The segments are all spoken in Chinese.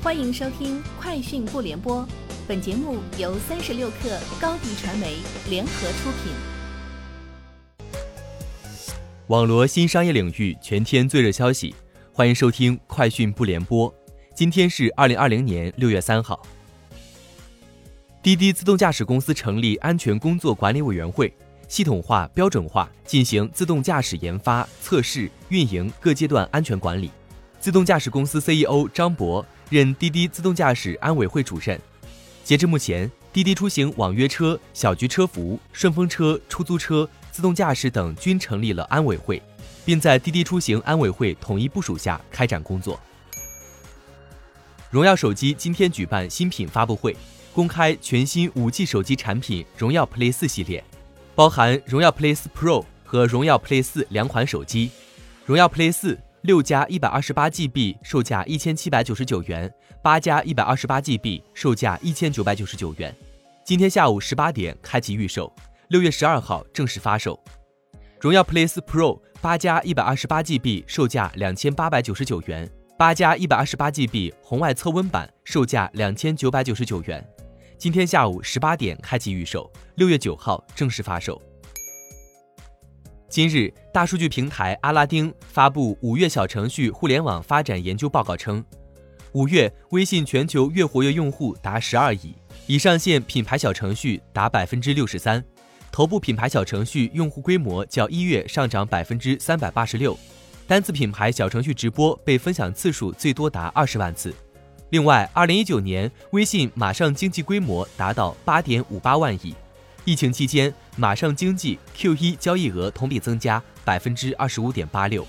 欢迎收听快讯不联播，本节目由36克高迪传媒联合出品。 网罗新商业领域全天最热消息，欢迎收听快讯不联播。今天是2020年6月3号。滴滴自动驾驶公司成立安全工作管理委员会，系统化、标准化进行自动驾驶研发、测试、运营各阶段安全管理。自动驾驶公司 CEO 张博任滴滴自动驾驶安委会主任。截至目前，滴滴出行网约车、小桔车服、顺风车、出租车、自动驾驶等均成立了安委会，并在滴滴出行安委会统一部署下开展工作。荣耀手机今天举办新品发布会，公开全新 5G 手机产品荣耀 Play 4系列，包含荣耀 Play 4 Pro 和荣耀 Play 4两款手机。荣耀 Play 46+128GB 售价1799元，8+128GB 售价1999元。今天下午18点开启预售，6月12号正式发售。荣耀 Play 4 Pro 8+128GB 售价2899元，8+128GB 红外测温版售价2999元。今天下午18点开启预售，6月9号正式发售。今日，大数据平台阿拉丁发布5月小程序互联网发展研究报告称，5月微信全球月活跃用户达12亿，已上线品牌小程序达 63%， 头部品牌小程序用户规模较1月上涨 386%， 单次品牌小程序直播被分享次数最多达20万次。另外，2019年微信马上经济规模达到 8.58万亿。疫情期间，马上经济 Q1 交易额同比增加 25.86%。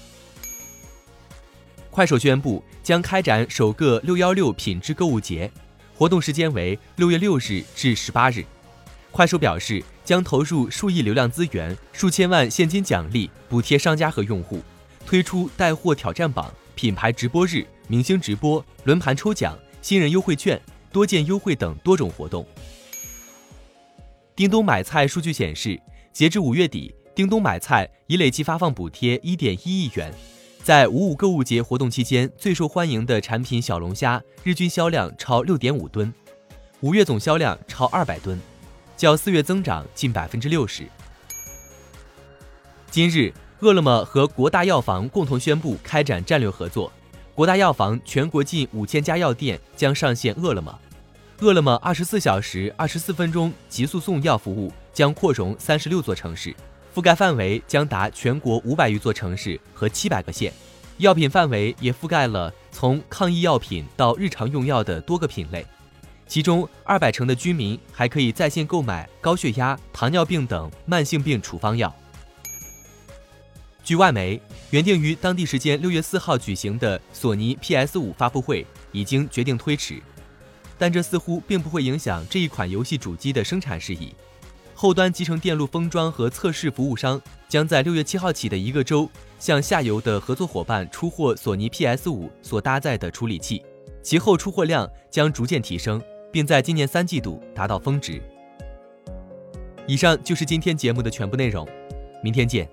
快手宣布将开展首个616品质购物节，活动时间为6月6日至18日。快手表示将投入数亿流量资源、数千万现金奖励补贴商家和用户，推出带货挑战榜、品牌直播日、明星直播、轮盘抽奖、新人优惠券、多件优惠等多种活动。叮咚买菜数据显示，截至5月底，叮咚买菜已累计发放补贴 1.1 亿元。在55购物节活动期间，最受欢迎的产品小龙虾日均销量超 6.5 吨，5月总销量超200吨，较4月增长近 60%。今日，饿了么和国大药房共同宣布开展战略合作，国大药房全国近5000家药店将上线饿了么。饿了么24小时24分钟极速送药服务将扩容36座城市，覆盖范围将达全国500余座城市和700个县，药品范围也覆盖了从抗疫药品到日常用药的多个品类，其中200%的居民还可以在线购买高血压、糖尿病等慢性病处方药。据外媒，原定于当地时间6月4号举行的索尼 PS5 发布会已经决定推迟，但这似乎并不会影响这一款游戏主机的生产事宜。后端集成电路封装和测试服务商将在6月7号起的1个周向下游的合作伙伴出货索尼 PS5 所搭载的处理器，其后出货量将逐渐提升，并在今年3季度达到峰值。以上就是今天节目的全部内容，明天见。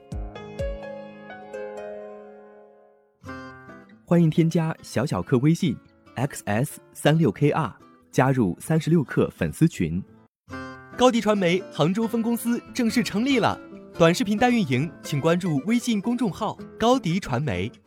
欢迎添加小小客微信 XS36KR， 加入36克粉丝群。 高迪传媒杭州分公司正式成立了，短视频代运营请关注微信公众号高迪传媒。